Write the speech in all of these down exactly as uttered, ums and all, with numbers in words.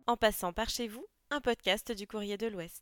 En passant par chez vous, un podcast du Courrier de l'Ouest.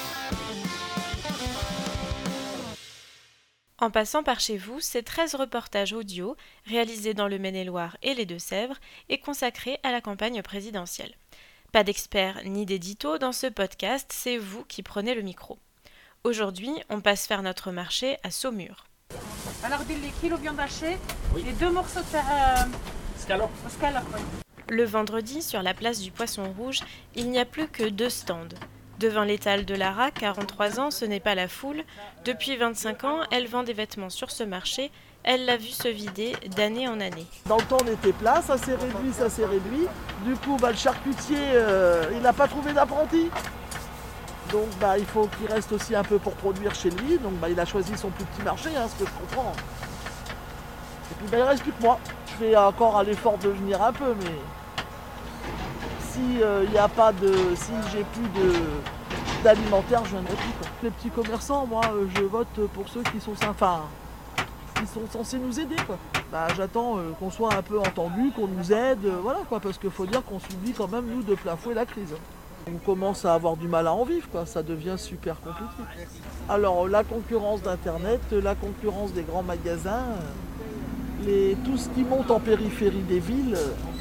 En passant par chez vous, c'est treize reportages audio réalisés dans le Maine-et-Loire et les Deux-Sèvres et consacrés à la campagne présidentielle. Pas d'experts ni d'édito dans ce podcast, c'est vous qui prenez le micro. Aujourd'hui, on passe faire notre marché à Saumur. Alors, des kilos viande hachée oui. Et deux morceaux de euh, scalope. Scalope, oui. Le vendredi, sur la place du Poisson Rouge, il n'y a plus que deux stands. Devant l'étal de Lara, quarante-trois ans, ce n'est pas la foule. Depuis vingt-cinq ans, elle vend des vêtements sur ce marché. Elle l'a vu se vider d'année en année. Dans le temps, on était plat, ça s'est réduit, ça s'est réduit. Du coup, bah, le charcutier, euh, il n'a pas trouvé d'apprenti. Donc, bah, il faut qu'il reste aussi un peu pour produire chez lui. Donc, bah, il a choisi son plus petit marché, hein, ce que je comprends. Et puis, bah, il ne reste plus que moi. Je fais encore à l'effort de venir un peu, mais si il euh, n'y a pas de, si j'ai plus de d'alimentaire, je viendrai plus. Quoi. Les petits commerçants, moi, euh, je vote pour ceux qui sont sympas, qui sont censés nous aider, quoi. Bah, j'attends euh, qu'on soit un peu entendu, qu'on nous aide, euh, voilà, quoi, parce qu'il faut dire qu'on subit quand même nous de plein fouet la crise. On commence à avoir du mal à en vivre, quoi. Ça devient super compliqué. Alors, la concurrence d'Internet, la concurrence des grands magasins. Les, tout ce qui monte en périphérie des villes,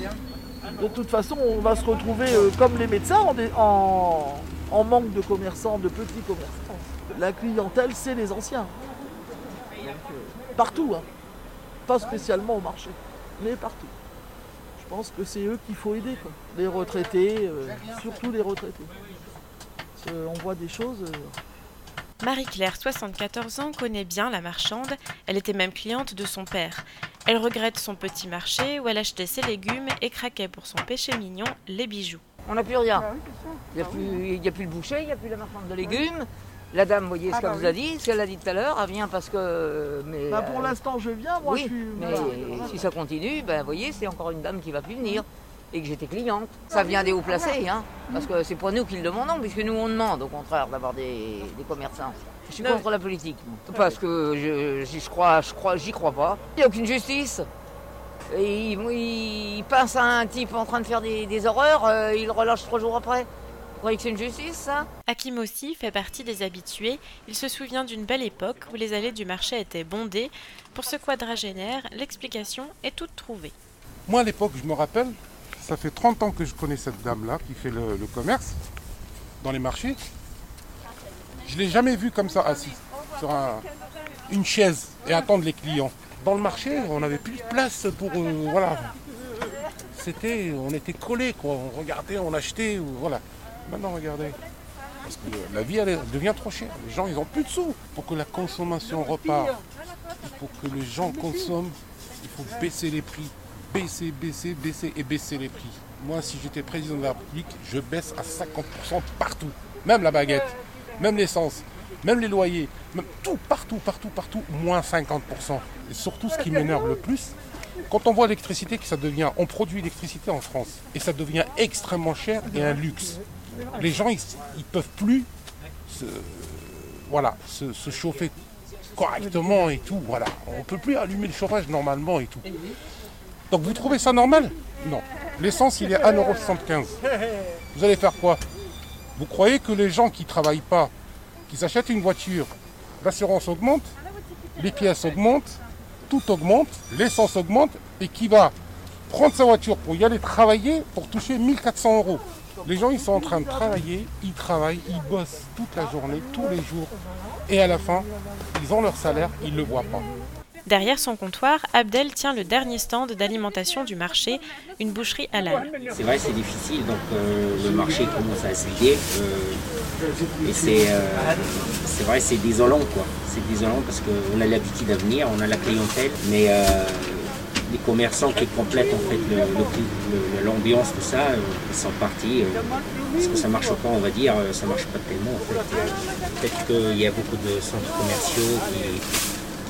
de toute façon, on va se retrouver euh, comme les médecins en, en, en manque de commerçants, de petits commerçants. La clientèle, c'est les anciens. Donc, euh, partout, hein. Pas spécialement au marché, mais partout. Je pense que c'est eux qu'il faut aider, quoi. Les retraités, euh, surtout les retraités. Parce qu'on voit des choses... Euh, Marie-Claire, soixante-quatorze ans, connaît bien la marchande. Elle était même cliente de son père. Elle regrette son petit marché où elle achetait ses légumes et craquait pour son péché mignon, les bijoux. On n'a plus rien. Il n'y a, plus, a plus le boucher, il n'y a plus la marchande de légumes. La dame, vous voyez ce ah qu'elle bah vous oui. a dit, ce qu'elle a dit tout à l'heure, elle vient parce que... Mais, bah pour euh, l'instant, je viens, moi oui, je suis... mais voilà. Si ça continue, ben, vous voyez, c'est encore une dame qui ne va plus venir. Et que j'étais cliente. Ça vient des hauts placés, hein, parce que c'est pas nous qui le demandons, puisque nous on demande au contraire d'avoir des, des commerçants. Je suis non. contre la politique, parce que je, j'y crois, je crois, j'y crois pas. Il n'y a aucune justice. Et il, il passe à un type en train de faire des, des horreurs, euh, il le relâche trois jours après. Vous croyez que c'est une justice, ça ? Hakim aussi fait partie des habitués. Il se souvient d'une belle époque où les allées du marché étaient bondées. Pour ce quadragénaire, l'explication est toute trouvée. Moi, à l'époque, je me rappelle, ça fait trente ans que je connais cette dame-là qui fait le, le commerce dans les marchés. Je ne l'ai jamais vue comme ça, assise sur un, une chaise et attendre les clients. Dans le marché, on n'avait plus de place pour... Euh, voilà. C'était, on était collés, quoi. On regardait, on achetait, voilà. Maintenant, regardez. Parce que la vie, elle devient trop chère. Les gens, ils n'ont plus de sous. Pour que la consommation repart, il faut que les gens consomment, il faut baisser les prix. Baisser, baisser, baisser et baisser les prix. Moi, si j'étais président de la République, je baisse à cinquante pour cent partout. Même la baguette, même l'essence, même les loyers, même tout, partout, partout, partout, moins cinquante pour cent. Et surtout, ce qui m'énerve le plus, quand on voit l'électricité, que ça devient, on produit l'électricité en France, et ça devient extrêmement cher et un luxe. Les gens, ils ne peuvent plus se, voilà, se, se chauffer correctement et tout. Voilà. On ne peut plus allumer le chauffage normalement et tout. Donc vous trouvez ça normal ? Non. L'essence, il est un euro soixante-quinze. Vous allez faire quoi ? Vous croyez que les gens qui ne travaillent pas, qui s'achètent une voiture, l'assurance augmente, les pièces augmentent, tout augmente, l'essence augmente, et qui va prendre sa voiture pour y aller travailler pour toucher mille quatre cents euros. Les gens, ils sont en train de travailler, ils travaillent, ils bossent toute la journée, tous les jours, et à la fin, ils ont leur salaire, ils ne le voient pas. Derrière son comptoir, Abdel tient le dernier stand d'alimentation du marché, une boucherie halal. C'est vrai, c'est difficile, donc euh, le marché commence à se vider. Euh, et c'est, euh, c'est vrai, c'est désolant, quoi. C'est désolant parce qu'on a l'habitude à venir, on a la clientèle, mais euh, les commerçants qui complètent en fait le, le, le, l'ambiance, tout ça, euh, ils sont partis. Euh, parce que ça marche pas, on va dire, ça marche pas tellement en fait. Euh, peut-être qu'il y a beaucoup de centres commerciaux qui.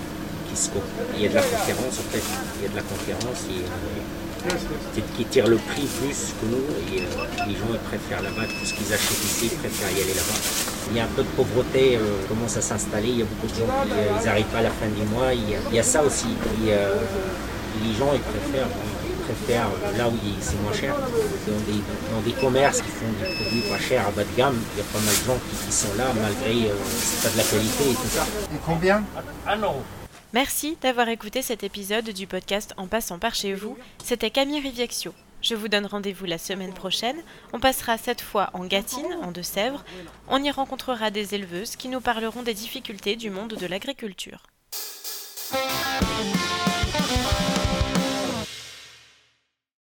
Il y a de la concurrence en fait, il y a de la concurrence et, euh, qui tire le prix plus que nous et euh, les gens ils préfèrent là-bas, tout ce qu'ils achètent ici, ils préfèrent y aller là-bas. Il y a un peu de pauvreté, euh, commence à s'installer, il y a beaucoup de gens qui euh, n'arrivent pas à la fin du mois, il y a, il y a ça aussi. Et, euh, les gens ils préfèrent, préfèrent là où c'est moins cher. Dans des, dans des commerces qui font des produits pas chers à bas de gamme, il y a pas mal de gens qui, qui sont là malgré euh, c'est pas de la qualité et tout ça. Et combien? Merci d'avoir écouté cet épisode du podcast En passant par chez vous. C'était Camille Riviexio. Je vous donne rendez-vous la semaine prochaine. On passera cette fois en Gâtine, en Deux-Sèvres. On y rencontrera des éleveuses qui nous parleront des difficultés du monde de l'agriculture. Thank you.